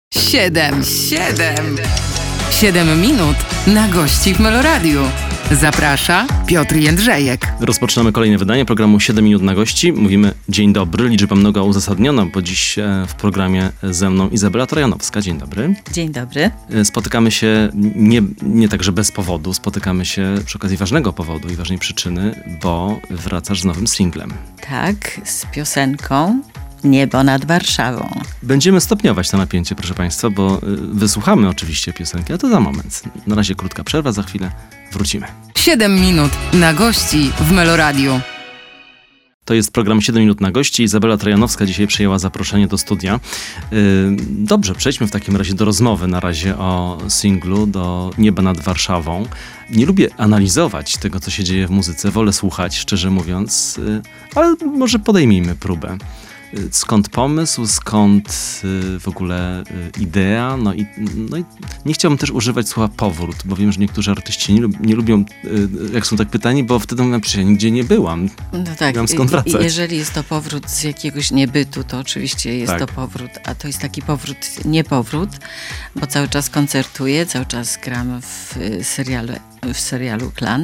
7 minut na gości w Meloradiu. Zaprasza Piotr Jędrzejek. Rozpoczynamy kolejne wydanie programu 7 minut na gości. Mówimy dzień dobry, liczba mnoga uzasadniona, bo dziś w programie ze mną Izabela Trojanowska. Dzień dobry. Dzień dobry. Spotykamy się nie tak, że bez powodu. Spotykamy się przy okazji ważnego powodu i ważnej przyczyny, bo wracasz z nowym singlem. Tak, z piosenką Niebo nad Warszawą. Będziemy stopniować to napięcie, proszę Państwa, bo wysłuchamy oczywiście piosenki, a to za moment. Na razie krótka przerwa, za chwilę wrócimy. 7 minut na gości w Meloradiu. To jest program 7 minut na gości. Izabela Trojanowska dzisiaj przyjęła zaproszenie do studia. Dobrze, przejdźmy w takim razie do rozmowy na razie o singlu, do Nieba nad Warszawą. Nie lubię analizować tego, co się dzieje w muzyce, wolę słuchać, szczerze mówiąc, ale może podejmijmy próbę. Skąd pomysł, skąd w ogóle idea? No i nie chciałbym też używać słowa powrót, bo wiem, że niektórzy artyści nie lubią, jak są tak pytani, bo wtedy mówią, że ja nigdzie nie byłam. No tak, nie mam skąd wracać. Jeżeli jest to powrót z jakiegoś niebytu, to oczywiście jest to powrót, a to jest taki powrót, nie powrót, bo cały czas koncertuję, cały czas gram w serialu Klan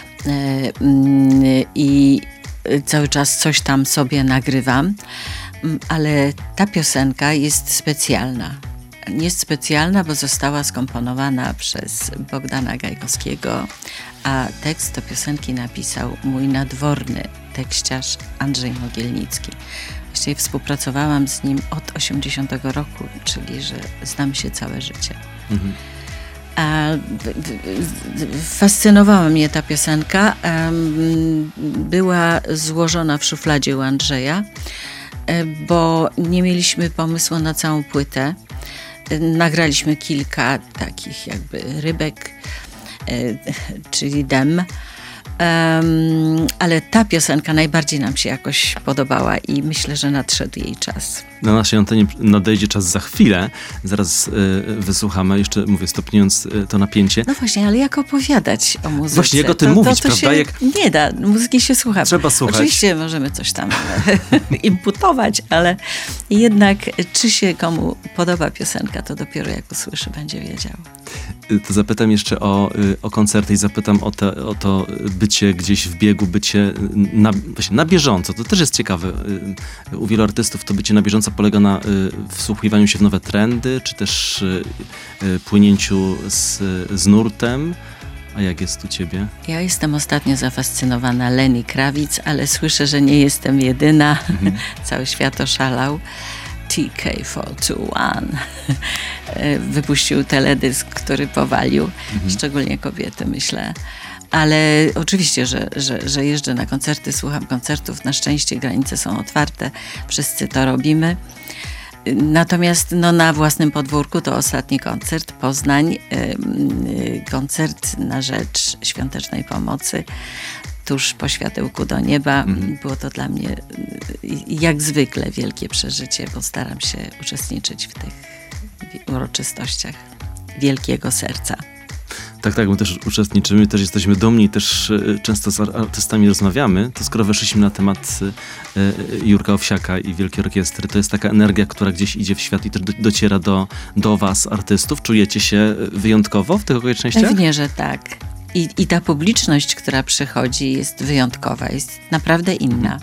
i cały czas coś tam sobie nagrywam, ale ta piosenka jest specjalna. Jest specjalna, bo została skomponowana przez Bogdana Gajkowskiego, a tekst do piosenki napisał mój nadworny tekściarz Andrzej Mogielnicki. Właściwie współpracowałam z nim od 80 roku, czyli że znam się całe życie. Mhm. Fascynowała mnie ta piosenka. Była złożona w szufladzie u Andrzeja, bo nie mieliśmy pomysłu na całą płytę. Nagraliśmy kilka takich jakby rybek, czyli dem. Ale ta piosenka najbardziej nam się jakoś podobała i myślę, że nadszedł jej czas. Na naszej antenie nadejdzie czas za chwilę. Zaraz wysłuchamy, jeszcze mówię, stopniując to napięcie. No właśnie, ale jak opowiadać o muzyce? Właśnie, jak o tym mówić, to prawda? Się nie da, muzyki się słucha. Trzeba słuchać. Oczywiście możemy coś tam imputować, ale jednak czy się komu podoba piosenka, to dopiero jak usłyszy, będzie wiedział. To zapytam jeszcze o koncerty i zapytam o to bycie gdzieś w biegu, bycie na bieżąco. To też jest ciekawe. U wielu artystów to bycie na bieżąco polega na wsłuchiwaniu się w nowe trendy, czy też płynięciu z nurtem. A jak jest u ciebie? Ja jestem ostatnio zafascynowana Lenny Kravitz, ale słyszę, że nie jestem jedyna. Cały świat oszalał. TK421 wypuścił teledysk, który powalił, szczególnie kobiety, myślę. Ale oczywiście, że jeżdżę na koncerty, słucham koncertów. Na szczęście granice są otwarte, wszyscy to robimy. Natomiast na własnym podwórku to ostatni koncert, Poznań, koncert na rzecz świątecznej pomocy. Tuż po światełku do nieba. Było to dla mnie jak zwykle wielkie przeżycie, bo staram się uczestniczyć w tych uroczystościach wielkiego serca. Tak, my też uczestniczymy, też jesteśmy dumni, też często z artystami rozmawiamy. To skoro weszliśmy na temat Jurka Owsiaka i Wielkiej Orkiestry, to jest taka energia, która gdzieś idzie w świat i też dociera do was, artystów. Czujecie się wyjątkowo w tych okolicznościach? Pewnie, że tak. I ta publiczność, która przychodzi, jest wyjątkowa, jest naprawdę inna.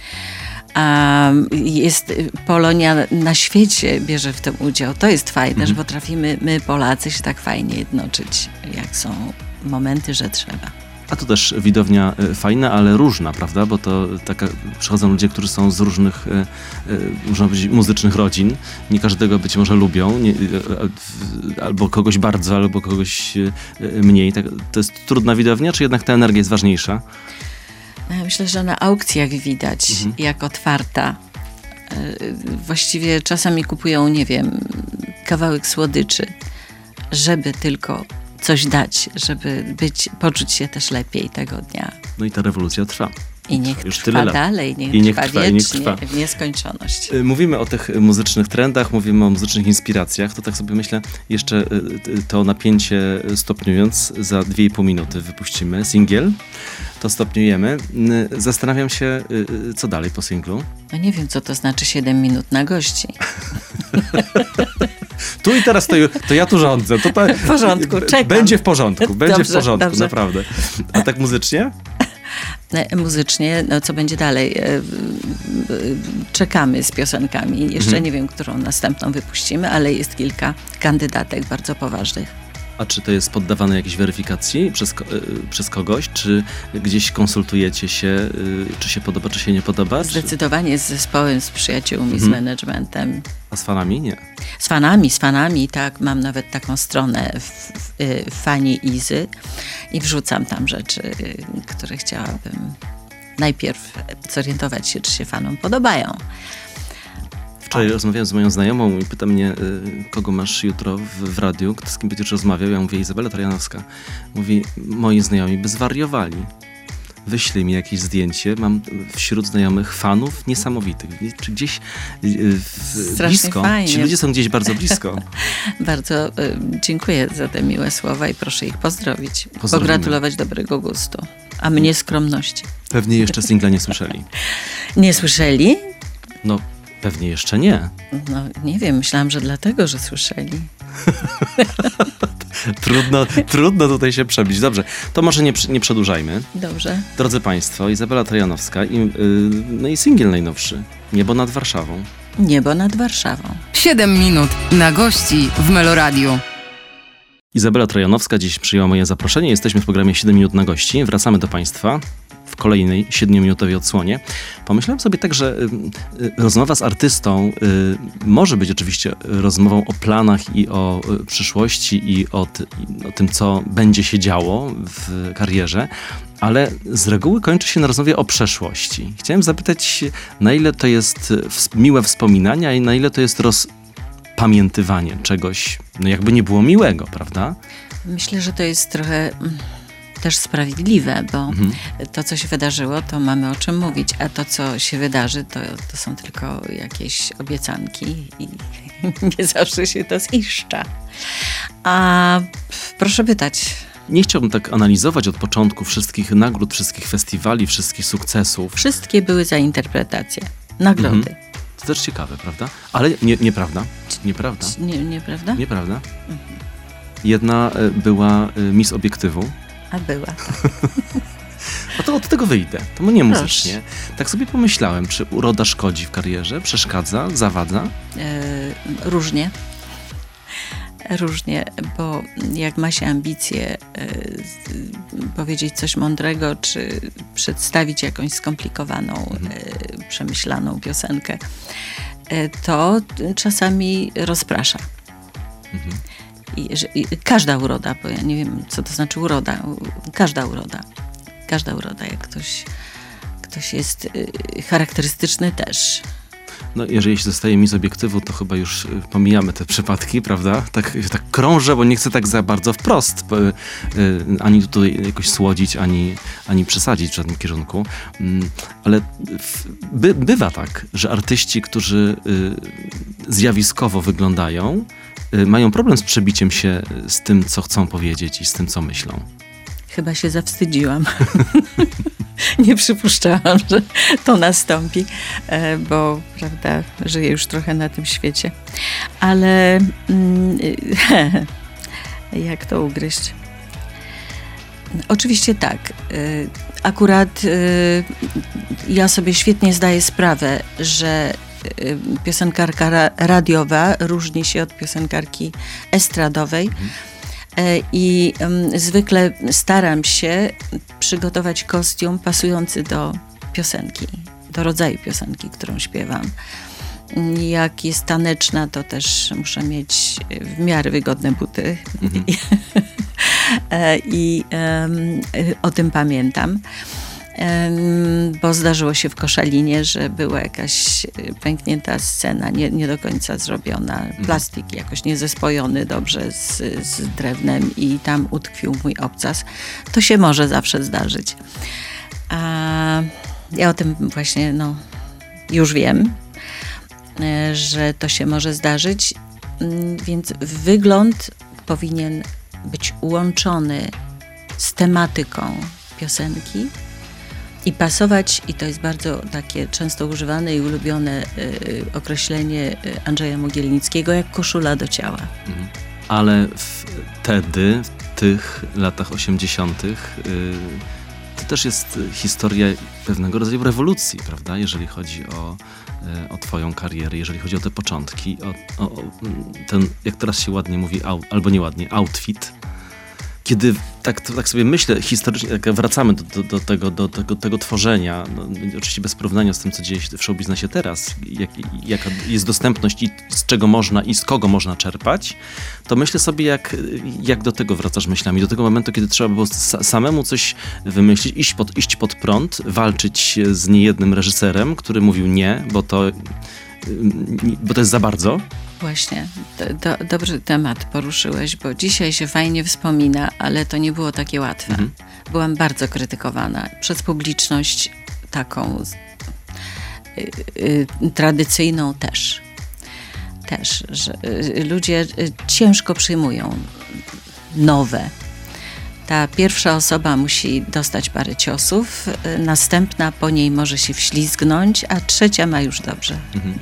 Jest Polonia na świecie bierze w tym udział. To jest fajne, że potrafimy my, Polacy, się tak fajnie jednoczyć, jak są momenty, że trzeba. A to też widownia fajna, ale różna, prawda? Bo to przychodzą ludzie, którzy są z różnych, można powiedzieć, muzycznych rodzin. Nie każdego być może lubią, albo kogoś bardzo, albo kogoś mniej. To jest trudna widownia, czy jednak ta energia jest ważniejsza? Myślę, że na aukcjach widać, jak otwarta. Właściwie czasami kupują, nie wiem, kawałek słodyczy, żeby tylko coś dać, żeby poczuć się też lepiej tego dnia. No i ta rewolucja trwa. I niech już trwa dalej, niech trwa wiecznie, w nieskończoność. Mówimy o tych muzycznych trendach, mówimy o muzycznych inspiracjach, to tak sobie myślę, jeszcze to napięcie stopniując, za 2,5 minuty wypuścimy singiel, to stopniujemy. Zastanawiam się, co dalej po singlu. No nie wiem, co to znaczy 7 minut na gości. Tu i teraz to ja tu rządzę. W porządku, czekam. Będzie w porządku, Dobrze, dobrze. Naprawdę. A tak muzycznie? Muzycznie, no co będzie dalej? Czekamy z piosenkami. Jeszcze nie wiem, którą następną wypuścimy, ale jest kilka kandydatek bardzo poważnych. A czy to jest poddawane jakiejś weryfikacji przez kogoś? Czy gdzieś konsultujecie się, czy się podoba, czy się nie podoba? Zdecydowanie z zespołem, z przyjaciółmi, z managementem. A z fanami nie? Z fanami, tak. Mam nawet taką stronę Fani Izy i wrzucam tam rzeczy, które chciałabym najpierw zorientować się, czy się fanom podobają. Wczoraj rozmawiałem z moją znajomą i pyta mnie, kogo masz jutro w radiu, z kim będziesz rozmawiał. Ja mówię, Izabela Trojanowska. Mówi, moi znajomi by zwariowali. Wyślij mi jakieś zdjęcie. Mam wśród znajomych fanów niesamowitych. Czy gdzieś blisko. Fajnie. Ci ludzie są gdzieś bardzo blisko. Bardzo dziękuję za te miłe słowa i proszę ich pozdrowić. Pogratulować dobrego gustu. A mnie skromności. Pewnie jeszcze singla nie słyszeli. Nie słyszeli? No, pewnie jeszcze nie. No, nie wiem, myślałam, że dlatego, że słyszeli. Trudno tutaj się przebić. Dobrze, to może nie przedłużajmy. Dobrze. Drodzy Państwo, Izabela Trojanowska i singiel najnowszy, Niebo nad Warszawą. Niebo nad Warszawą. 7 minut na gości w Meloradiu. Izabela Trojanowska dziś przyjęła moje zaproszenie. Jesteśmy w programie 7 minut na gości. Wracamy do Państwa w kolejnej 7-minutowej odsłonie. Pomyślałem sobie tak, że rozmowa z artystą może być oczywiście rozmową o planach i o przyszłości i o tym, co będzie się działo w karierze, ale z reguły kończy się na rozmowie o przeszłości. Chciałem zapytać, na ile to jest miłe wspominania i na ile to jest rozpamiętywanie czegoś, no jakby nie było miłego, prawda? Myślę, że to jest trochę też sprawiedliwe, bo to, co się wydarzyło, to mamy o czym mówić, a to, co się wydarzy, to są tylko jakieś obiecanki i nie zawsze się to ziszcza. A proszę pytać. Nie chciałbym tak analizować od początku wszystkich nagród, wszystkich festiwali, wszystkich sukcesów. Wszystkie były za interpretację. Nagrody. To też ciekawe, prawda? Ale nieprawda. Nieprawda. Nieprawda? Nieprawda. Jedna była Miss Obiektywu. A była. A to od tego wyjdę. To nie muzycznie. Tak sobie pomyślałem, czy uroda szkodzi w karierze, przeszkadza, zawadza? Różnie. Różnie, bo jak ma się ambicje powiedzieć coś mądrego, czy przedstawić jakąś skomplikowaną, przemyślaną piosenkę, to czasami rozprasza. I każda uroda, bo ja nie wiem, co to znaczy uroda. Każda uroda, jak ktoś jest charakterystyczny też. No, jeżeli się zostaje mi z obiektywu, to chyba już pomijamy te przypadki, prawda? Tak krążę, bo nie chcę tak za bardzo wprost ani tutaj jakoś słodzić, ani przesadzić w żadnym kierunku. Ale bywa tak, że artyści, którzy zjawiskowo wyglądają, mają problem z przebiciem się z tym, co chcą powiedzieć i z tym, co myślą. Chyba się zawstydziłam. Nie przypuszczałam, że to nastąpi, bo prawda, żyję już trochę na tym świecie. Ale jak to ugryźć? Oczywiście tak. Akurat ja sobie świetnie zdaję sprawę, że piosenkarka radiowa różni się od piosenkarki estradowej. I zwykle staram się przygotować kostium pasujący do piosenki, do rodzaju piosenki, którą śpiewam. Jak jest taneczna, to też muszę mieć w miarę wygodne buty. I o tym pamiętam. Bo zdarzyło się w Koszalinie, że była jakaś pęknięta scena, nie do końca zrobiona. Plastik jakoś niezespojony dobrze z drewnem i tam utkwił mój obcas. To się może zawsze zdarzyć. A ja o tym właśnie już wiem, że to się może zdarzyć, więc wygląd powinien być łączony z tematyką piosenki, I pasować, i to jest bardzo takie często używane i ulubione określenie Andrzeja Mogielnickiego, jak koszula do ciała. Ale wtedy, w tych latach 80. To też jest historia pewnego rodzaju rewolucji, prawda? Jeżeli chodzi o twoją karierę, jeżeli chodzi o te początki, o ten, jak teraz się ładnie mówi, albo nieładnie, outfit. Kiedy tak sobie myślę historycznie, jak wracamy do tego tworzenia, no, oczywiście bez porównania z tym, co dzieje się w showbiznesie teraz, jaka jest dostępność i z czego można i z kogo można czerpać, to myślę sobie, jak do tego wracasz myślami, do tego momentu, kiedy trzeba było samemu coś wymyślić, iść pod prąd, walczyć z niejednym reżyserem, który mówił nie, bo to jest za bardzo. Właśnie, dobry temat poruszyłeś, bo dzisiaj się fajnie wspomina, ale to nie było takie łatwe. Byłam bardzo krytykowana przez publiczność taką tradycyjną też, że ludzie ciężko przyjmują nowe. Ta pierwsza osoba musi dostać parę ciosów, następna po niej może się wślizgnąć, a trzecia ma już dobrze.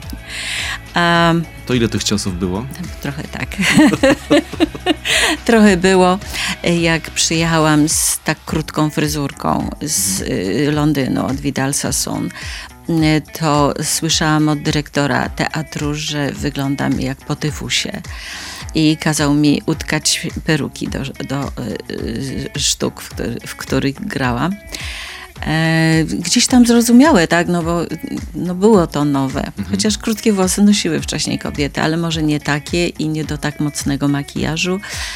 To ile tych ciosów było? Trochę tak. Trochę było. Jak przyjechałam z tak krótką fryzurką z Londynu, od Vidal Sassoon, to słyszałam od dyrektora teatru, że wyglądam jak po tyfusie. I kazał mi utkać peruki do sztuk, w których grałam. Gdzieś tam zrozumiałe, tak, no bo było to nowe. Chociaż krótkie włosy nosiły wcześniej kobiety, ale może nie takie i nie do tak mocnego makijażu,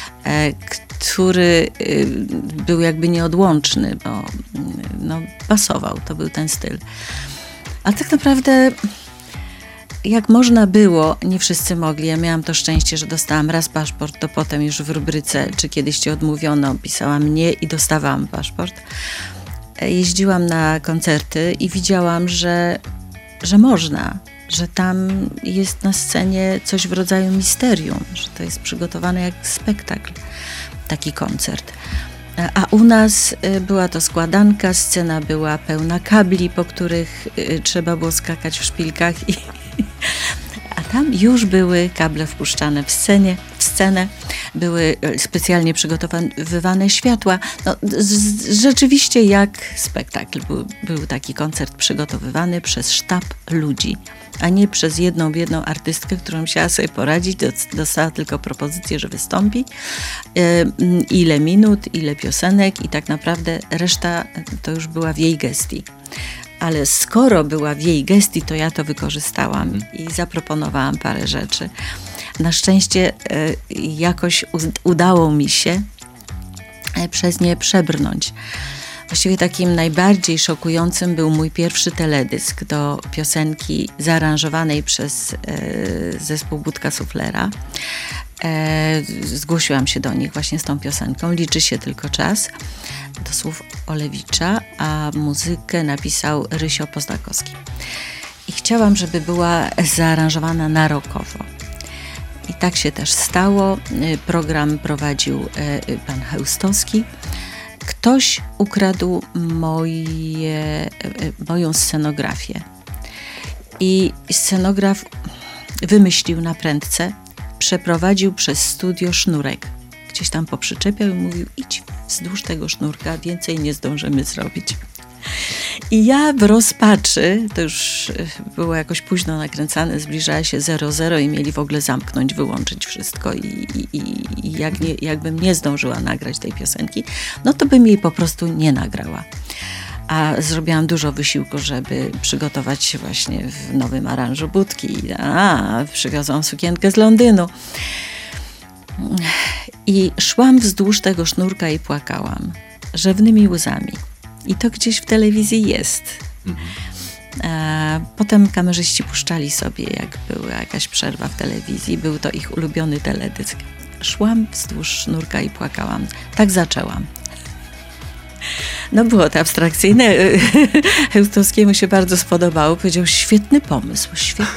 który był jakby nieodłączny, bo pasował, to był ten styl. Ale tak naprawdę jak można było, nie wszyscy mogli. Ja miałam to szczęście, że dostałam raz paszport, to potem już w rubryce, czy kiedyś ci odmówiono, pisałam nie i dostawałam paszport. Jeździłam na koncerty i widziałam, że można, że tam jest na scenie coś w rodzaju misterium, że to jest przygotowane jak spektakl, taki koncert. A u nas była to składanka, scena była pełna kabli, po których trzeba było skakać w szpilkach a tam już były kable wpuszczane w scenę, były specjalnie przygotowywane światła. Rzeczywiście jak spektakl. Był taki koncert przygotowywany przez sztab ludzi, a nie przez jedną artystkę, którą musiała sobie poradzić. Dostała tylko propozycję, że wystąpi. Ile minut, ile piosenek i tak naprawdę reszta to już była w jej gestii. Ale skoro była w jej gestii, to ja to wykorzystałam i zaproponowałam parę rzeczy. Na szczęście jakoś udało mi się przez nie przebrnąć. Właściwie takim najbardziej szokującym był mój pierwszy teledysk do piosenki zaaranżowanej przez zespół Budka Suflera. Zgłosiłam się do nich właśnie z tą piosenką. Liczy się tylko czas. Do słów Olewicza, a muzykę napisał Rysio Poznakowski. I chciałam, żeby była zaaranżowana na rockowo. I tak się też stało. Program prowadził pan Chełstowski. Ktoś ukradł moją scenografię. I scenograf wymyślił na prędce, przeprowadził przez studio sznurek. Gdzieś tam poprzyczepiał i mówił, idź wzdłuż tego sznurka, więcej nie zdążymy zrobić. I ja w rozpaczy, to już było jakoś późno nakręcane, zbliżała się 00 i mieli w ogóle zamknąć, wyłączyć wszystko i jakbym nie zdążyła nagrać tej piosenki, no to bym jej po prostu nie nagrała. A zrobiłam dużo wysiłku, żeby przygotować się właśnie w nowym aranżu Budki. Przywiozłam sukienkę z Londynu. I szłam wzdłuż tego sznurka i płakałam rzewnymi łzami. I to gdzieś w telewizji jest. Potem kamerzyści puszczali sobie, jak była jakaś przerwa w telewizji. Był to ich ulubiony teledysk. Szłam wzdłuż sznurka i płakałam. Tak zaczęłam. No było to abstrakcyjne. Chełstowskiemu się bardzo spodobało. Powiedział, świetny pomysł.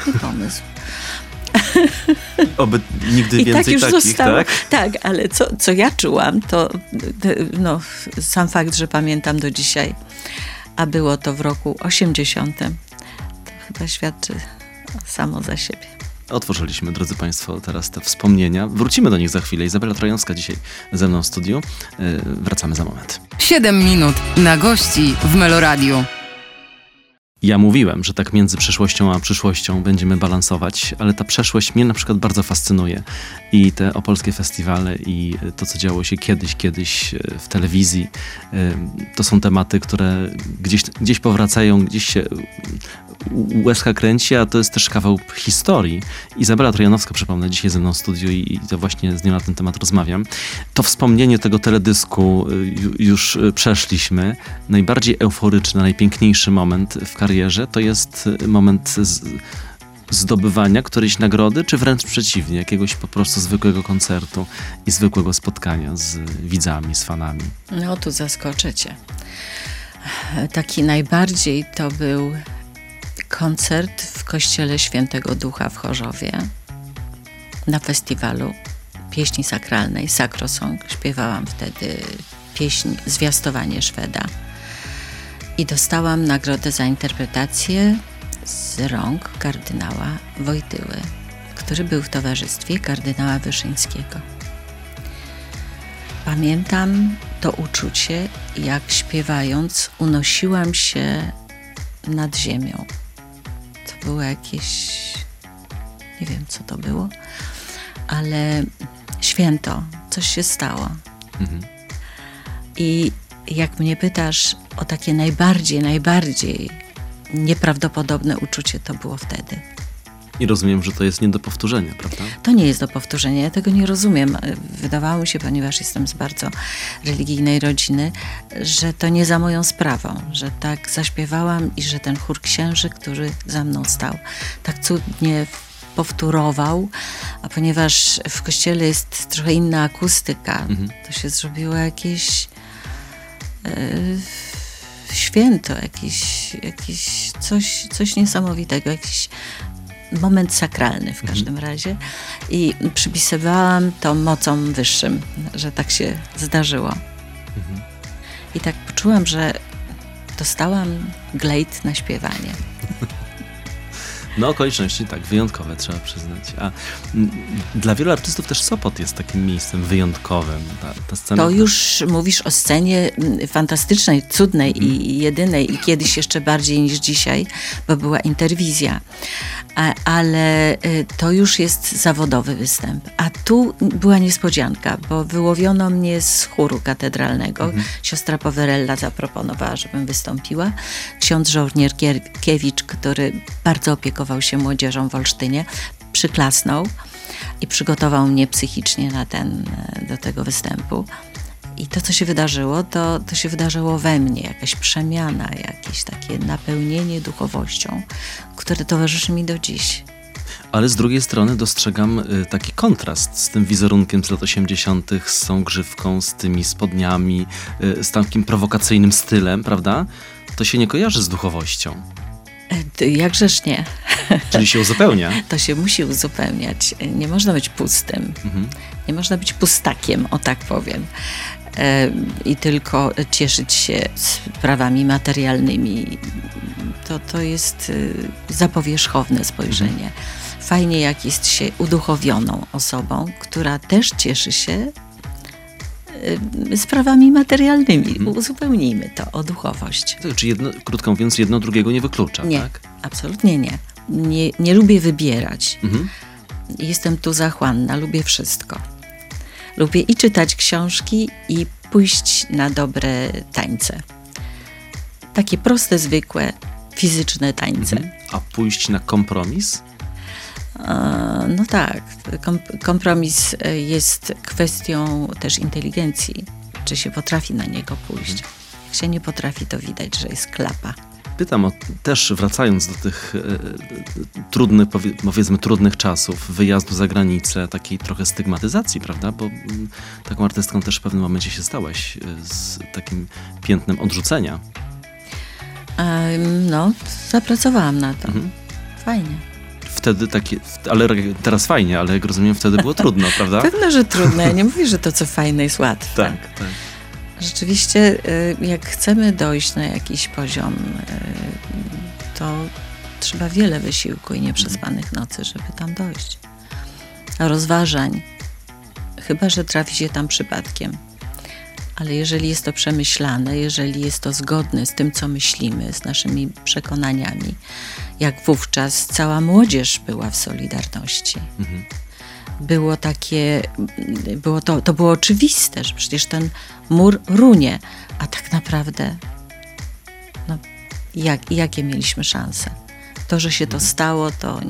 Oby nigdy I więcej tak już takich, zostało. tak? Tak, ale co ja czułam, to sam fakt, że pamiętam do dzisiaj, a było to w roku 80. To chyba świadczy samo za siebie. Otworzyliśmy, drodzy Państwo, teraz te wspomnienia. Wrócimy do nich za chwilę. Izabela Trojanowska dzisiaj ze mną w studiu. Wracamy za moment. 7 minut na gości w Meloradiu. Ja mówiłem, że tak między przeszłością a przyszłością będziemy balansować, ale ta przeszłość mnie na przykład bardzo fascynuje. I te opolskie festiwale i to, co działo się kiedyś w telewizji, to są tematy, które gdzieś powracają, gdzieś się łezka kręci, a to jest też kawał historii. Izabela Trojanowska, przypomnę, dzisiaj ze mną w studiu i to właśnie z nią na ten temat rozmawiam. To wspomnienie tego teledysku już przeszliśmy. Najbardziej euforyczny, najpiękniejszy moment w karierze to jest moment zdobywania którejś nagrody, czy wręcz przeciwnie, jakiegoś po prostu zwykłego koncertu i zwykłego spotkania z widzami, z fanami. No tu zaskoczę cię. Taki najbardziej to był koncert w Kościele Świętego Ducha w Chorzowie na festiwalu pieśni sakralnej Sakrosong. Śpiewałam wtedy pieśń Zwiastowanie Szweda i dostałam nagrodę za interpretację z rąk kardynała Wojtyły, który był w towarzystwie kardynała Wyszyńskiego. Pamiętam to uczucie, jak śpiewając unosiłam się nad ziemią. To było jakieś, nie wiem co to było, ale święto, coś się stało. Mhm. I jak mnie pytasz o takie najbardziej nieprawdopodobne uczucie, to było wtedy. I rozumiem, że to jest nie do powtórzenia, prawda? To nie jest do powtórzenia, ja tego nie rozumiem. Wydawało mi się, ponieważ jestem z bardzo religijnej rodziny, że to nie za moją sprawą, że tak zaśpiewałam i że ten chór księży, który za mną stał, tak cudnie powtórował, a ponieważ w kościele jest trochę inna akustyka, to się zrobiło jakieś święto, jakieś coś niesamowitego, jakiś moment sakralny w każdym razie i przypisywałam to mocom wyższym, że tak się zdarzyło. I tak poczułam, że dostałam glejt na śpiewanie. No okoliczności tak, wyjątkowe trzeba przyznać. A dla wielu artystów też Sopot jest takim miejscem wyjątkowym. Ta scena... To już mówisz o scenie fantastycznej, cudnej i jedynej i kiedyś jeszcze bardziej niż dzisiaj, bo była interwizja. Ale to już jest zawodowy występ. A tu była niespodzianka, bo wyłowiono mnie z chóru katedralnego. Siostra Powerella zaproponowała, żebym wystąpiła. Ksiądz Żołnierkiewicz, który bardzo opiekował się młodzieżą w Olsztynie, przyklasnął i przygotował mnie psychicznie do tego występu. I to, co się wydarzyło, to się wydarzyło we mnie. Jakaś przemiana, jakieś takie napełnienie duchowością, które towarzyszy mi do dziś. Ale z drugiej strony dostrzegam taki kontrast z tym wizerunkiem z lat 80., z tą grzywką, z tymi spodniami, z takim prowokacyjnym stylem, prawda? To się nie kojarzy z duchowością. Jakżeż nie. Czyli się uzupełnia. To się musi uzupełniać. Nie można być pustym. Nie można być pustakiem, o tak powiem. I tylko cieszyć się sprawami materialnymi. To jest zapowierzchowne spojrzenie. Fajnie, jak jest się uduchowioną osobą, która też cieszy się sprawami materialnymi. Uzupełnijmy to o duchowość. Czyli krótko mówiąc, jedno drugiego nie wyklucza, nie, tak? Absolutnie nie. Nie lubię wybierać. Jestem tu zachłanna, lubię wszystko. Lubię i czytać książki, i pójść na dobre tańce. Takie proste, zwykłe, fizyczne tańce. A pójść na kompromis? No tak. Kompromis jest kwestią też inteligencji. Czy się potrafi na niego pójść. Jak się nie potrafi, to widać, że jest klapa. Pytam też wracając do tych trudnych, powiedzmy trudnych czasów, wyjazdu za granicę, takiej trochę stygmatyzacji, prawda? Bo taką artystką też w pewnym momencie się stałaś z takim piętnem odrzucenia. No, zapracowałam na to. Fajnie. Wtedy ale teraz fajnie, ale jak rozumiem, wtedy było trudno, prawda? Pewno, że trudno. Ja nie mówię, że to, co fajne, jest łatwe. Tak. Rzeczywiście, jak chcemy dojść na jakiś poziom, to trzeba wiele wysiłku i nieprzespanych nocy, żeby tam dojść. Rozważań, chyba że trafi się tam przypadkiem. Ale jeżeli jest to przemyślane, jeżeli jest to zgodne z tym, co myślimy, z naszymi przekonaniami, jak wówczas cała młodzież była w Solidarności. Było takie, to było oczywiste, że przecież ten mur runie, a tak naprawdę jakie mieliśmy szanse? To, że się to stało, to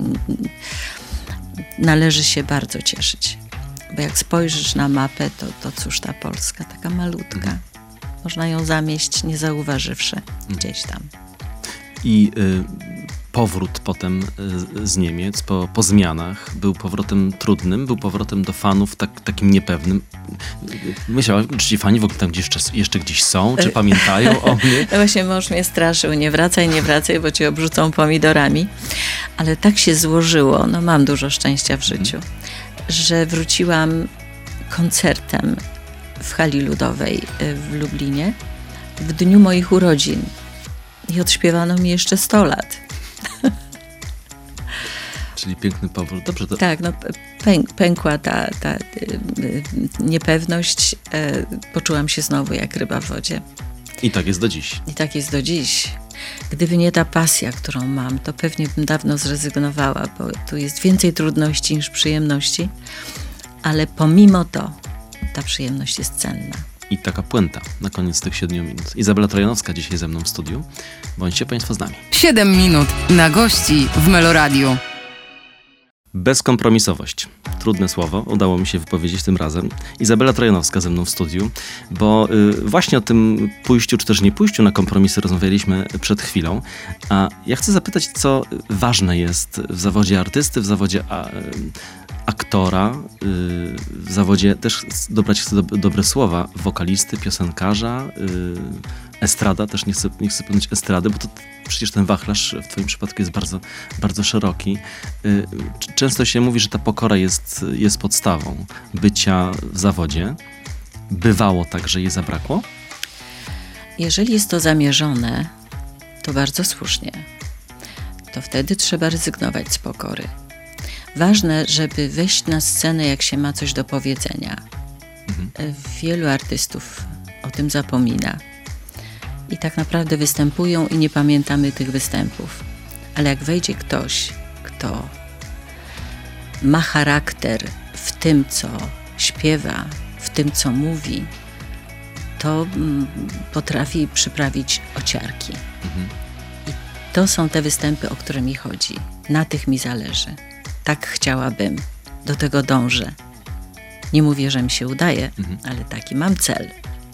należy się bardzo cieszyć. Bo jak spojrzysz na mapę, to cóż ta Polska, taka malutka. Można ją zamieść, nie zauważywszy gdzieś tam. I powrót potem z Niemiec po zmianach był powrotem trudnym, był powrotem do fanów takim niepewnym. Myślałem, czy ci fani w ogóle tam jeszcze gdzieś są, czy pamiętają o mnie? No właśnie mąż mnie straszył, nie wracaj, bo cię obrzucą pomidorami. Ale tak się złożyło, mam dużo szczęścia w życiu, że wróciłam koncertem w hali ludowej w Lublinie w dniu moich urodzin i odśpiewano mi jeszcze 100 lat. Czyli piękny powrót. Dobrze. To... Tak, pękła ta niepewność. Poczułam się znowu jak ryba w wodzie. I tak jest do dziś. I tak jest do dziś. Gdyby nie ta pasja, którą mam, to pewnie bym dawno zrezygnowała, bo tu jest więcej trudności niż przyjemności, ale pomimo to ta przyjemność jest cenna. I taka puenta na koniec tych 7 minut. Izabela Trojanowska dzisiaj ze mną w studiu. Bądźcie Państwo z nami. 7 minut na gości w Meloradiu. Bezkompromisowość. Trudne słowo, udało mi się wypowiedzieć tym razem. Izabela Trojanowska ze mną w studiu, bo właśnie o tym pójściu, czy też nie pójściu na kompromisy rozmawialiśmy przed chwilą. A ja chcę zapytać, co ważne jest w zawodzie artysty, w zawodzie aktora, w zawodzie też dobrać chcę dobre słowa, wokalisty, piosenkarza, estrada, też nie chcę powiedzieć estrady, bo to przecież ten wachlarz w twoim przypadku jest bardzo, bardzo szeroki. Często się mówi, że ta pokora jest podstawą bycia w zawodzie. Bywało tak, że jej zabrakło? Jeżeli jest to zamierzone, to bardzo słusznie. To wtedy trzeba rezygnować z pokory. Ważne, żeby wejść na scenę, jak się ma coś do powiedzenia. Wielu artystów o tym zapomina. I tak naprawdę występują i nie pamiętamy tych występów. Ale jak wejdzie ktoś, kto ma charakter w tym, co śpiewa, w tym, co mówi, to potrafi przyprawić ociarki. I to są te występy, o które mi chodzi. Na tych mi zależy. Tak chciałabym. Do tego dążę. Nie mówię, że mi się udaje, ale taki mam cel.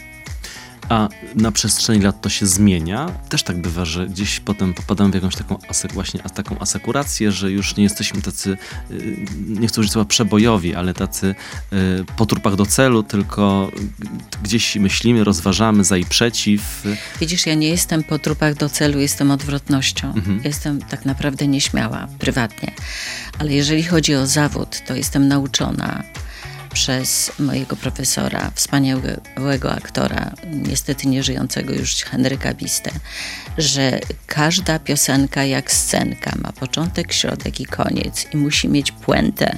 A na przestrzeni lat to się zmienia. Też tak bywa, że gdzieś potem popadamy w jakąś taką asekurację, że już nie jesteśmy tacy, nie chcę użyć słowa przebojowi, ale tacy po trupach do celu, tylko gdzieś myślimy, rozważamy za i przeciw. Widzisz, ja nie jestem po trupach do celu, jestem odwrotnością. Jestem tak naprawdę nieśmiała, prywatnie. Ale jeżeli chodzi o zawód, to jestem nauczona przez mojego profesora, wspaniałego aktora, niestety nieżyjącego już Henryka Bistę, że każda piosenka jak scenka ma początek, środek i koniec i musi mieć puentę.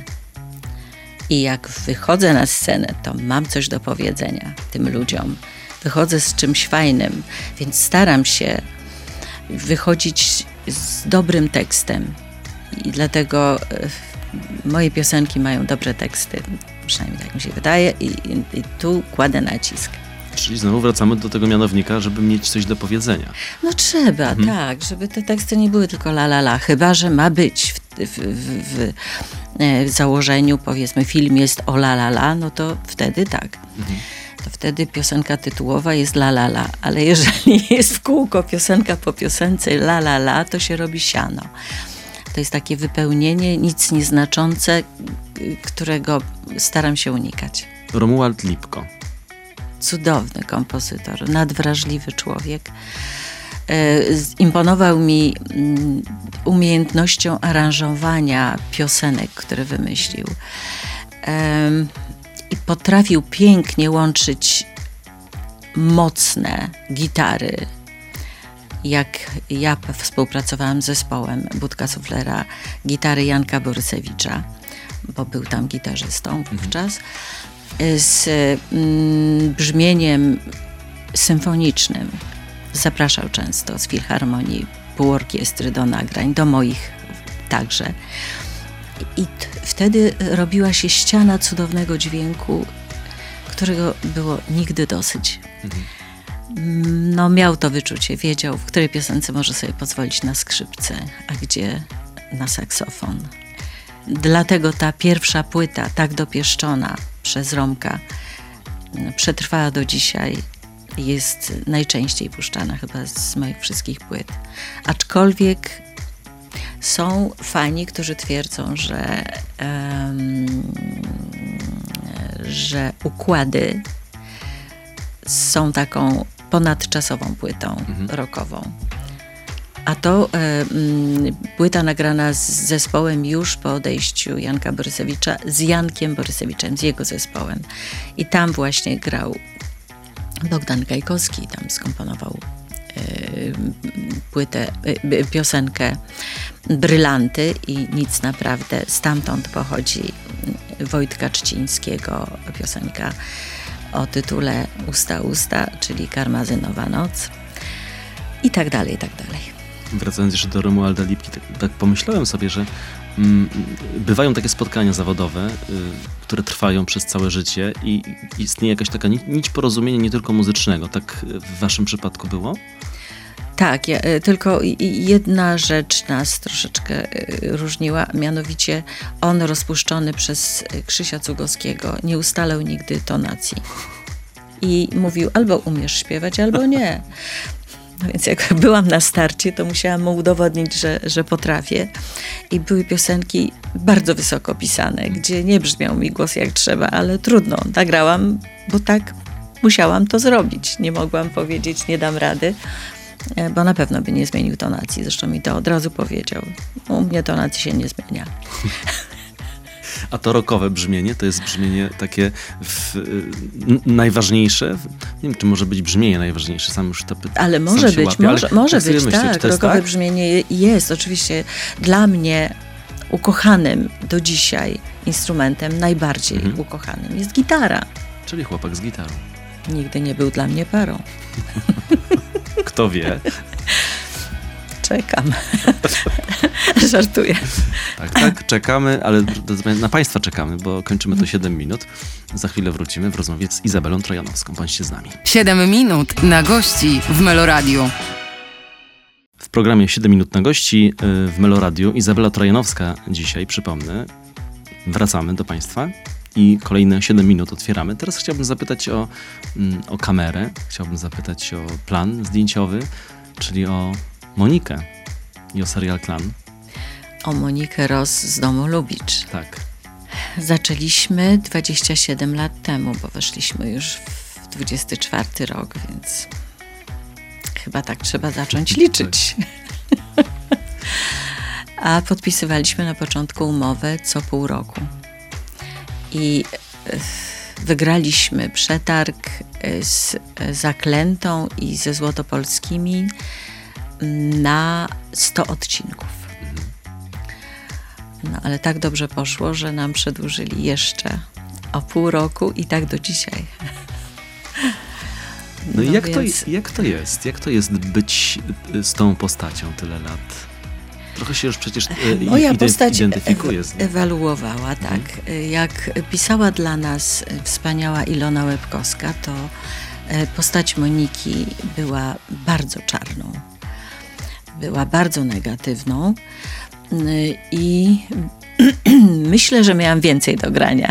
I jak wychodzę na scenę, to mam coś do powiedzenia tym ludziom. Wychodzę z czymś fajnym, więc staram się wychodzić z dobrym tekstem. I dlatego moje piosenki mają dobre teksty. Przynajmniej tak mi się wydaje i tu kładę nacisk. Czyli znowu wracamy do tego mianownika, żeby mieć coś do powiedzenia. No trzeba, tak, żeby te teksty nie były tylko la la la, chyba że ma być w założeniu, powiedzmy, film jest o la la la, no to wtedy tak. To wtedy piosenka tytułowa jest la la la, ale jeżeli jest w kółko piosenka po piosence la la la, to się robi siano. To jest takie wypełnienie, nic nieznaczące, którego staram się unikać. Romuald Lipko. Cudowny kompozytor, nadwrażliwy człowiek. Imponował mi umiejętnością aranżowania piosenek, które wymyślił. I potrafił pięknie łączyć mocne gitary. Jak ja współpracowałam z zespołem Budka Suflera, gitary Janka Borysewicza, bo był tam gitarzystą wówczas, z brzmieniem symfonicznym. Zapraszał często z filharmonii pół orkiestry do nagrań, do moich także. I wtedy robiła się ściana cudownego dźwięku, którego było nigdy dosyć. No, miał to wyczucie, wiedział, w której piosence może sobie pozwolić na skrzypce, a gdzie na saksofon. Dlatego ta pierwsza płyta, tak dopieszczona przez Romka, przetrwała do dzisiaj. Jest najczęściej puszczana chyba z moich wszystkich płyt. Aczkolwiek są fani, którzy twierdzą, że układy są taką ponadczasową płytą rockową. A to płyta nagrana z zespołem już po odejściu Janka Borysewicza, z Jankiem Borysewiczem, z jego zespołem. I tam właśnie grał Bogdan Gajkowski, tam skomponował piosenkę Brylanty i Nic naprawdę. Stamtąd pochodzi Wojtka Trzcińskiego piosenka o tytule Usta, usta, czyli Karmazynowa noc i tak dalej, i tak dalej. Wracając jeszcze do Romualda Lipki, tak pomyślałem sobie, że bywają takie spotkania zawodowe, które trwają przez całe życie i istnieje jakaś taka nić porozumienia nie tylko muzycznego. Tak w waszym przypadku było? Tak, tylko jedna rzecz nas troszeczkę różniła, mianowicie on rozpuszczony przez Krzysia Cugowskiego nie ustalał nigdy tonacji. I mówił, albo umiesz śpiewać, albo nie. No więc jak byłam na starcie, to musiałam mu udowodnić, że potrafię. I były piosenki bardzo wysoko pisane, gdzie nie brzmiał mi głos jak trzeba, ale trudno, nagrałam, bo tak musiałam to zrobić. Nie mogłam powiedzieć, nie dam rady, bo na pewno by nie zmienił tonacji. Zresztą mi to od razu powiedział. U mnie tonacji się nie zmienia. A to rockowe brzmienie to jest brzmienie takie najważniejsze? Nie wiem, czy może być brzmienie najważniejsze, sam już to pytam. Ale może być, może być, tak. Rockowe tak? brzmienie jest oczywiście dla mnie ukochanym do dzisiaj instrumentem, najbardziej ukochanym jest gitara. Czyli chłopak z gitarą. Nigdy nie był dla mnie parą. Kto wie? Czekam. Żartuję. Tak, czekamy, ale na Państwa czekamy, bo kończymy to 7 minut. Za chwilę wrócimy w rozmowie z Izabelą Trojanowską. Bądźcie z nami. 7 minut na gości w Meloradiu. W programie 7 minut na gości w Meloradiu Izabela Trojanowska dzisiaj, przypomnę. Wracamy do Państwa i kolejne 7 minut otwieramy. Teraz chciałbym zapytać o kamerę, chciałbym zapytać o plan zdjęciowy, czyli o Monikę i o serial Klan. O Monikę Ros z domu Lubicz. Tak. Zaczęliśmy 27 lat temu, bo weszliśmy już w 24 rok, więc chyba tak trzeba zacząć liczyć. A podpisywaliśmy na początku umowę co pół roku. I wygraliśmy przetarg z Zaklętą i ze Złotopolskimi na 100 odcinków. No ale tak dobrze poszło, że nam przedłużyli jeszcze o pół roku i tak do dzisiaj. No i jak to jest być z tą postacią tyle lat? Trochę się już przecież moja postać identyfikuje z nią. Ewoluowała, tak. Jak pisała dla nas wspaniała Ilona Łebkowska, to postać Moniki była bardzo czarną. Była bardzo negatywną i myślę, że miałam więcej do grania.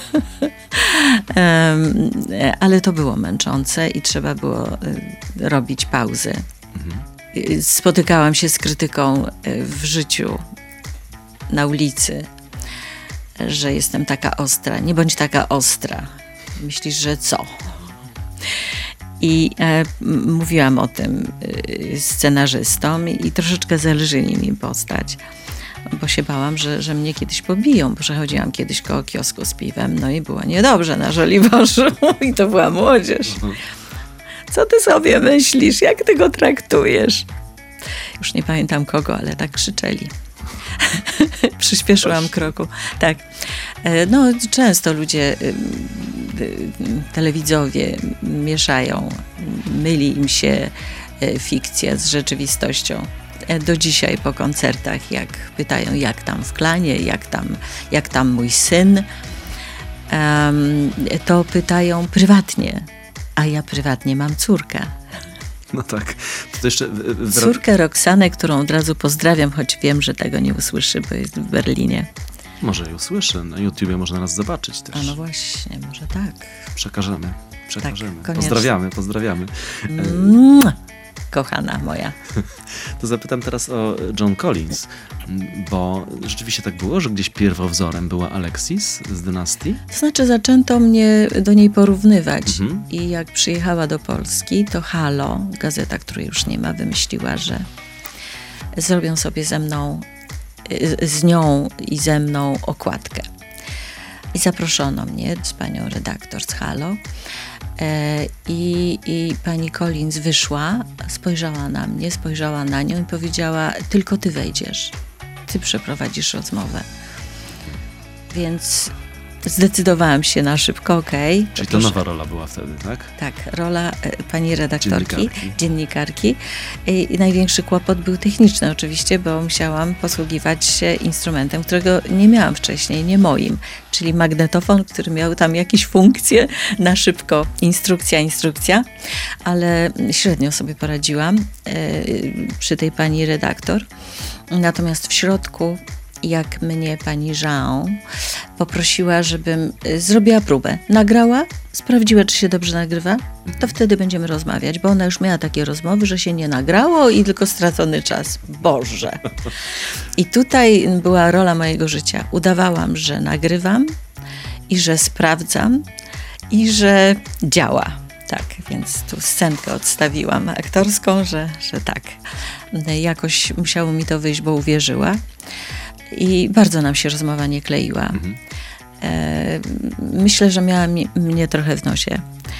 Ale to było męczące i trzeba było robić pauzy. Spotykałam się z krytyką w życiu, na ulicy, że jestem taka ostra. Nie bądź taka ostra. Myślisz, że co? I mówiłam o tym scenarzystom i troszeczkę zelżyli mi postać, bo się bałam, że mnie kiedyś pobiją, bo przechodziłam kiedyś koło kiosku z piwem, no i było niedobrze na Żoliborzu i to była młodzież. Co ty sobie myślisz? Jak ty go traktujesz? Już nie pamiętam kogo, ale tak krzyczeli. Przyspieszyłam kroku. Tak. No, często ludzie, telewidzowie mieszają, myli im się fikcja z rzeczywistością. Do dzisiaj po koncertach, jak pytają, jak tam w klanie, jak tam mój syn, to pytają prywatnie, a ja prywatnie mam córkę. No tak. To jeszcze Córkę Roxanę, którą od razu pozdrawiam, choć wiem, że tego nie usłyszy, bo jest w Berlinie. Może i usłyszę. Na YouTubie można nas zobaczyć też. A no właśnie, może tak. Przekażemy. Tak, Pozdrawiamy. Kochana moja. To zapytam teraz o Joan Collins, bo rzeczywiście tak było, że gdzieś pierwowzorem była Alexis z dynastii? To znaczy zaczęto mnie do niej porównywać i jak przyjechała do Polski, to Halo, gazeta, której już nie ma, wymyśliła, że zrobią sobie z nią i ze mną okładkę. I zaproszono mnie z panią redaktor z Halo. I pani Collins wyszła, spojrzała na mnie, spojrzała na nią i powiedziała: tylko ty wejdziesz, ty przeprowadzisz rozmowę. Więc zdecydowałam się na szybko, okej. Czyli to nowa rola była wtedy, tak? Tak, rola pani redaktorki, dziennikarki. I największy kłopot był techniczny oczywiście, bo musiałam posługiwać się instrumentem, którego nie miałam wcześniej, nie moim, czyli magnetofon, który miał tam jakieś funkcje na szybko. Instrukcja, ale średnio sobie poradziłam przy tej pani redaktor. Natomiast w środku, jak mnie pani Jean poprosiła, żebym zrobiła próbę. Nagrała, sprawdziła, czy się dobrze nagrywa, to wtedy będziemy rozmawiać, bo ona już miała takie rozmowy, że się nie nagrało i tylko stracony czas. Boże! I tutaj była rola mojego życia. Udawałam, że nagrywam i że sprawdzam i że działa. Tak, więc tu scenkę odstawiłam aktorską, że tak. Jakoś musiało mi to wyjść, bo uwierzyła. I bardzo nam się rozmowa nie kleiła. Myślę, że miała mnie trochę w nosie.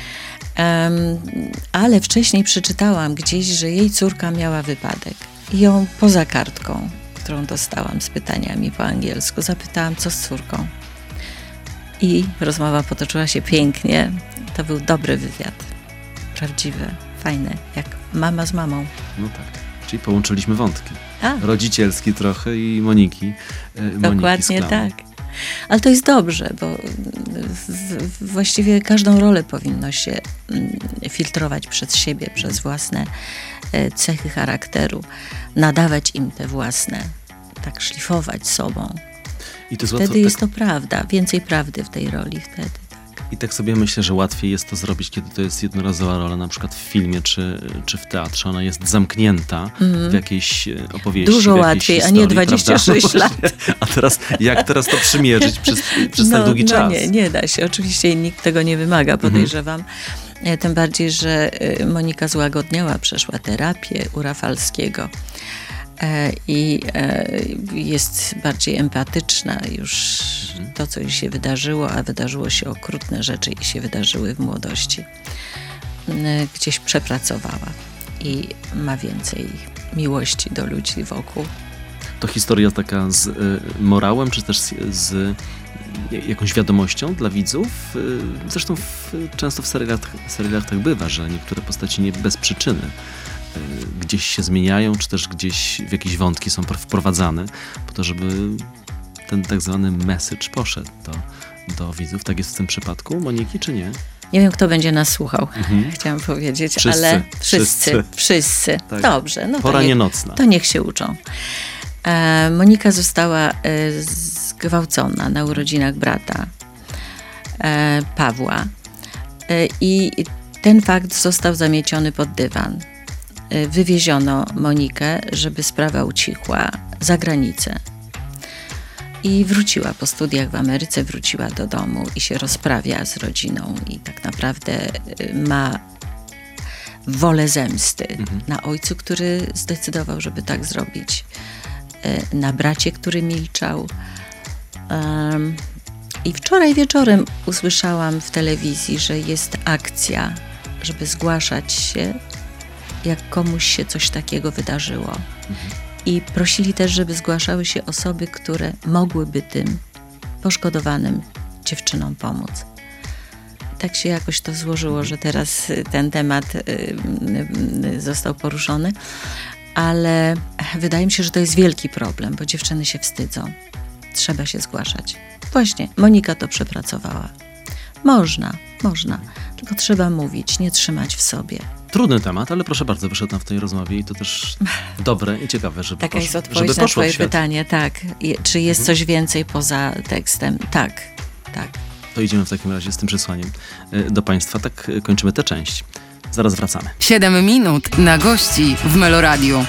Ale wcześniej przeczytałam gdzieś, że jej córka miała wypadek. I ją poza kartką, którą dostałam z pytaniami po angielsku, zapytałam, co z córką. I rozmowa potoczyła się pięknie. To był dobry wywiad. Prawdziwy, fajny, jak mama z mamą. No tak. Czyli połączyliśmy wątki. Rodzicielski trochę i Moniki Dokładnie tak. Ale to jest dobrze, bo właściwie każdą rolę powinno się filtrować przez siebie, przez własne cechy charakteru, nadawać im te własne, tak szlifować sobą. I to wtedy jest to prawda, więcej prawdy w tej roli wtedy. I tak sobie myślę, że łatwiej jest to zrobić, kiedy to jest jednorazowa rola, na przykład w filmie czy w teatrze. Ona jest zamknięta w jakiejś opowieści. Dużo łatwiej, historii, a nie 26 lat. A jak teraz to przymierzyć przez tak długi czas? Nie da się. Oczywiście nikt tego nie wymaga, podejrzewam. Tym bardziej, że Monika złagodniała, przeszła terapię u Rafalskiego. I jest bardziej empatyczna już to, co jej się wydarzyło, a wydarzyło się okrutne rzeczy i się wydarzyły w młodości. Gdzieś przepracowała i ma więcej miłości do ludzi wokół. To historia taka z morałem, czy też z jakąś wiadomością dla widzów? Zresztą często w serialach tak bywa, że niektóre postaci nie bez przyczyny gdzieś się zmieniają, czy też gdzieś w jakieś wątki są wprowadzane, po to, żeby ten tak zwany message poszedł do widzów. Tak jest w tym przypadku Moniki, czy nie? Nie wiem, kto będzie nas słuchał, chciałam powiedzieć, ale wszyscy. Tak. Dobrze. No pora nienocna. To niech się uczą. Monika została zgwałcona na urodzinach brata Pawła i ten fakt został zamieciony pod dywan. Wywieziono Monikę, żeby sprawa ucichła, za granicę. I wróciła po studiach w Ameryce, wróciła do domu i się rozprawia z rodziną i tak naprawdę ma wolę zemsty na ojcu, który zdecydował, żeby tak zrobić, na bracie, który milczał. I wczoraj wieczorem usłyszałam w telewizji, że jest akcja żeby zgłaszać się, jak komuś się coś takiego wydarzyło. I prosili też, żeby zgłaszały się osoby, które mogłyby tym poszkodowanym dziewczynom pomóc. Tak się jakoś to złożyło, że teraz ten temat został poruszony, ale wydaje mi się, że to jest wielki problem, bo dziewczyny się wstydzą. Trzeba się zgłaszać. Właśnie, Monika to przepracowała. Można, tylko trzeba mówić, nie trzymać w sobie. Trudny temat, ale proszę bardzo, wyszedł nam w tej rozmowie i to też dobre i ciekawe, żeby Taka jest żeby odpowiedź na poszło w twoje świat. pytanie, tak. Czy jest coś więcej poza tekstem? Tak. To idziemy w takim razie z tym przesłaniem do Państwa. Tak kończymy tę część. Zaraz wracamy. 7 minut na gości w Meloradiu.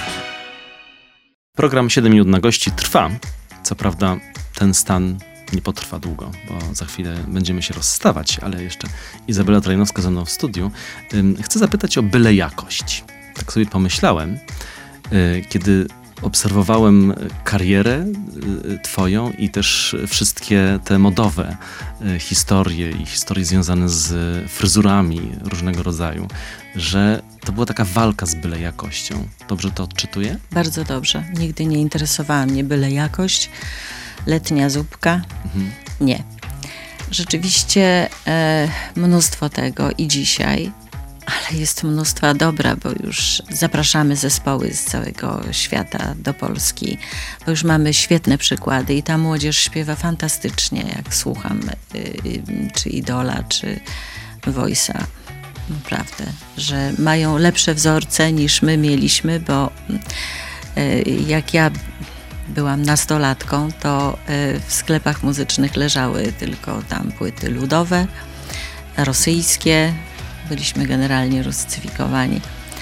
Program 7 minut na gości trwa. Co prawda ten stan nie potrwa długo, bo za chwilę będziemy się rozstawać, ale jeszcze Izabela Trajanowska ze mną w studiu. Chcę zapytać o byle jakość. Tak sobie pomyślałem, kiedy obserwowałem karierę twoją i też wszystkie te modowe historie i historie związane z fryzurami różnego rodzaju, że to była taka walka z byle jakością. Dobrze to odczytuję? Bardzo dobrze. Nigdy nie interesowała mnie byle jakość. Letnia zupka. Nie. Rzeczywiście mnóstwo tego i dzisiaj, ale jest mnóstwa dobra, bo już zapraszamy zespoły z całego świata do Polski, bo już mamy świetne przykłady i ta młodzież śpiewa fantastycznie, jak słucham czy Idola, czy Voice'a. Naprawdę, że mają lepsze wzorce niż my mieliśmy, bo jak ja byłam nastolatką, to w sklepach muzycznych leżały tylko tam płyty ludowe, rosyjskie. Byliśmy generalnie ruscyfikowani.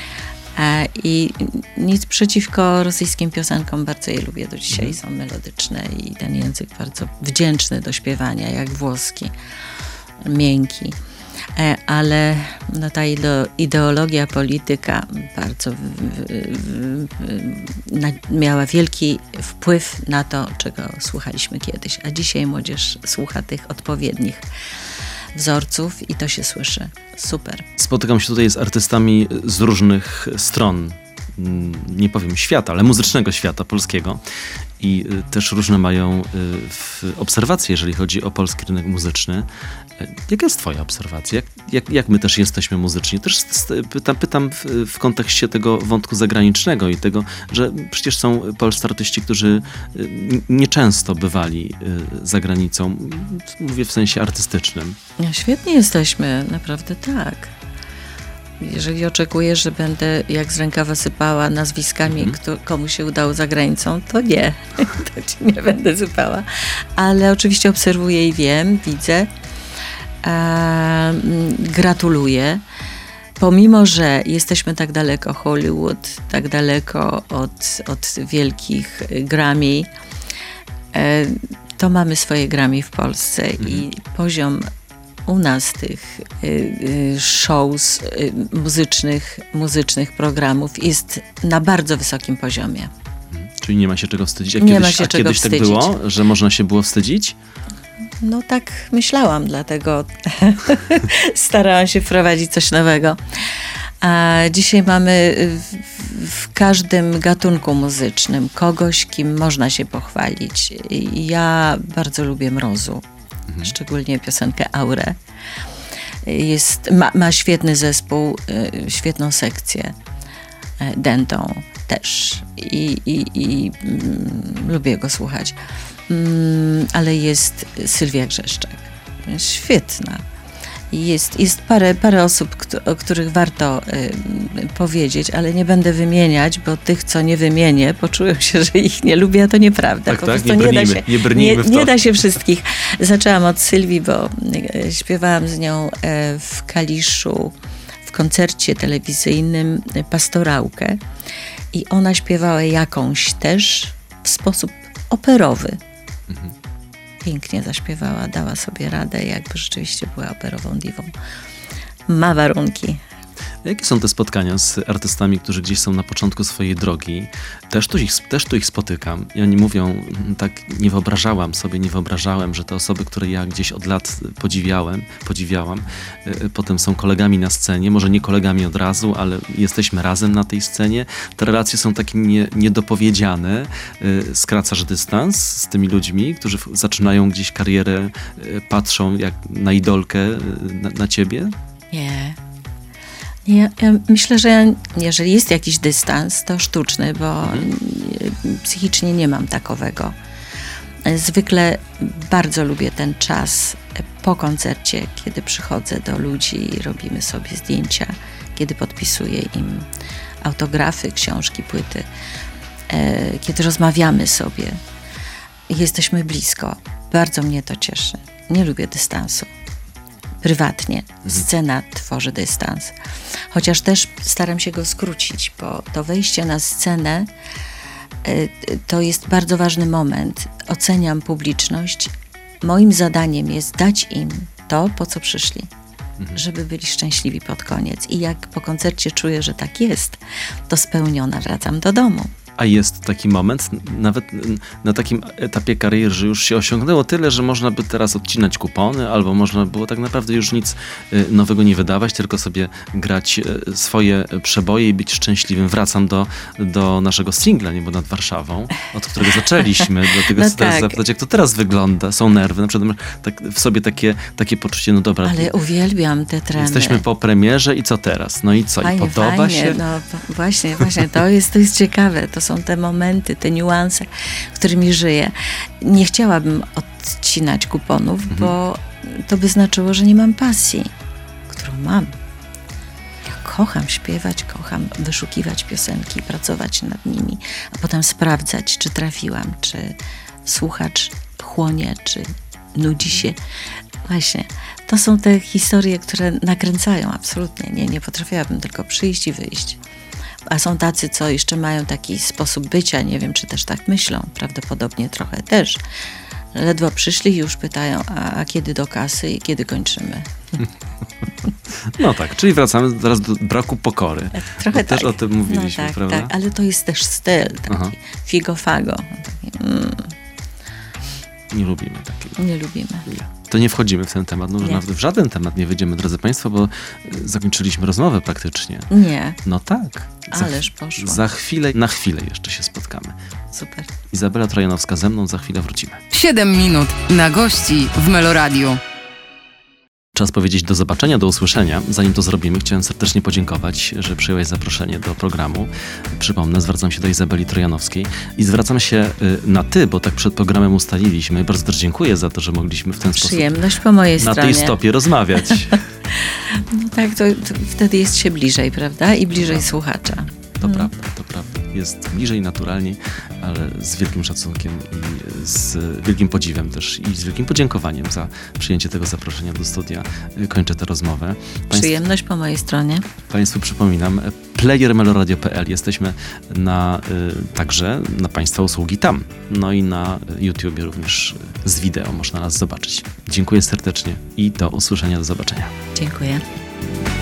I nic przeciwko rosyjskim piosenkom, bardzo je lubię do dzisiaj, są melodyczne i ten język bardzo wdzięczny do śpiewania, jak włoski, miękki. Ale no, ta ideologia, polityka bardzo miała wielki wpływ na to, czego słuchaliśmy kiedyś. A dzisiaj młodzież słucha tych odpowiednich wzorców i to się słyszy. Super. Spotykam się tutaj z artystami z różnych stron, nie powiem świata, ale muzycznego świata polskiego. I też różne mają obserwacje, jeżeli chodzi o polski rynek muzyczny. Jaka jest twoja obserwacja? Jak my też jesteśmy muzyczni? Też pytam w kontekście tego wątku zagranicznego i tego, że przecież są polscy artyści, którzy nieczęsto bywali za granicą. Mówię w sensie artystycznym. No, świetnie jesteśmy, naprawdę tak. Jeżeli oczekujesz, że będę jak z rękawa sypała nazwiskami, komu się udało za granicą, to nie. To ci nie będę sypała. Ale oczywiście obserwuję i wiem, widzę. Gratuluję. Pomimo, że jesteśmy tak daleko Hollywood, tak daleko od wielkich Grammy, to mamy swoje Grammy w Polsce i poziom u nas tych shows muzycznych programów jest na bardzo wysokim poziomie. Czyli nie ma się czego wstydzić? Kiedyś tak było, że można się było wstydzić? No tak myślałam, dlatego starałam się wprowadzić coś nowego. A dzisiaj mamy w każdym gatunku muzycznym kogoś, kim można się pochwalić. Ja bardzo lubię Mrozu, szczególnie piosenkę Aurę. Ma świetny zespół, świetną sekcję, dętą też i lubię go słuchać. Ale jest Sylwia Grzeszczak, świetna. Jest parę osób, o których warto powiedzieć, ale nie będę wymieniać, bo tych, co nie wymienię, poczułem się, że ich nie lubię, a to nieprawda. Tak, po tak, prostu nie da się wszystkich. Zaczęłam od Sylwii, bo śpiewałam z nią w Kaliszu w koncercie telewizyjnym Pastorałkę i ona śpiewała jakąś też w sposób operowy. Pięknie zaśpiewała, dała sobie radę, jakby rzeczywiście była operową diwą. Ma warunki. Jakie są te spotkania z artystami, którzy gdzieś są na początku swojej drogi? Też tu ich spotykam i oni mówią, tak nie wyobrażałem, że te osoby, które ja gdzieś od lat podziwiałam, potem są kolegami na scenie, może nie kolegami od razu, ale jesteśmy razem na tej scenie. Te relacje są takie niedopowiedziane. Skracasz dystans z tymi ludźmi, którzy zaczynają gdzieś karierę, patrzą jak na idolkę na ciebie? Nie. Ja myślę, że jeżeli jest jakiś dystans, to sztuczny, bo psychicznie nie mam takowego. Zwykle bardzo lubię ten czas po koncercie, kiedy przychodzę do ludzi i robimy sobie zdjęcia, kiedy podpisuję im autografy, książki, płyty, kiedy rozmawiamy sobie. Jesteśmy blisko. Bardzo mnie to cieszy. Nie lubię dystansu. Prywatnie. Scena tworzy dystans. Chociaż też staram się go skrócić, bo to wejście na scenę to jest bardzo ważny moment. Oceniam publiczność. Moim zadaniem jest dać im to, po co przyszli. Żeby byli szczęśliwi pod koniec. I jak po koncercie czuję, że tak jest, to spełniona wracam do domu. A jest taki moment, nawet na takim etapie kariery, że już się osiągnęło tyle, że można by teraz odcinać kupony, albo można było tak naprawdę już nic nowego nie wydawać, tylko sobie grać swoje przeboje i być szczęśliwym. Wracam do naszego singla Niebo nad Warszawą, od którego zaczęliśmy. Dlatego chcę teraz zapytać, jak to teraz wygląda? Są nerwy? Na przykład tak w sobie takie poczucie, no dobra. Ale uwielbiam te tremy. Jesteśmy po premierze i co teraz? No i co? Fajnie, I podoba się? No właśnie, to jest ciekawe. To są te momenty, te niuanse, którymi żyję. Nie chciałabym odcinać kuponów, bo to by znaczyło, że nie mam pasji, którą mam. Ja kocham śpiewać, kocham wyszukiwać piosenki, pracować nad nimi, a potem sprawdzać, czy trafiłam, czy słuchacz chłonie, czy nudzi się. Właśnie, to są te historie, które nakręcają absolutnie. Nie potrafiłabym tylko przyjść i wyjść. A są tacy, co jeszcze mają taki sposób bycia, nie wiem, czy też tak myślą, prawdopodobnie trochę też. Ledwo przyszli i już pytają, a kiedy do kasy i kiedy kończymy? No tak, czyli wracamy teraz do braku pokory. Trochę tak. Też o tym mówiliśmy, prawda? Tak, ale to jest też styl, taki figo-fago. Nie lubimy takiego. Nie lubimy. Nie. To nie wchodzimy w ten temat. No, nawet w żaden temat nie wejdziemy, drodzy Państwo, bo zakończyliśmy rozmowę praktycznie. Nie. No tak. Ależ poszło. Na chwilę jeszcze się spotkamy. Super. Izabela Trojanowska ze mną, za chwilę wrócimy. 7 minut na gości w Meloradiu. Czas powiedzieć do zobaczenia, do usłyszenia. Zanim to zrobimy, chciałem serdecznie podziękować, że przyjąłeś zaproszenie do programu. Przypomnę, zwracam się do Izabeli Trojanowskiej i zwracam się na ty, bo tak przed programem ustaliliśmy. Bardzo też dziękuję za to, że mogliśmy w ten sposób Przyjemność po mojej na stronie. tej stopie rozmawiać. No tak, to wtedy jest się bliżej, prawda? I bliżej słuchacza. To prawda. Jest bliżej, naturalniej, ale z wielkim szacunkiem i z wielkim podziwem też i z wielkim podziękowaniem za przyjęcie tego zaproszenia do studia. Kończę tę rozmowę. Przyjemność po mojej stronie. Państwu przypominam, player meloradio.pl. Jesteśmy także na Państwa usługi tam. No i na YouTubie również z wideo można nas zobaczyć. Dziękuję serdecznie i do usłyszenia, do zobaczenia. Dziękuję.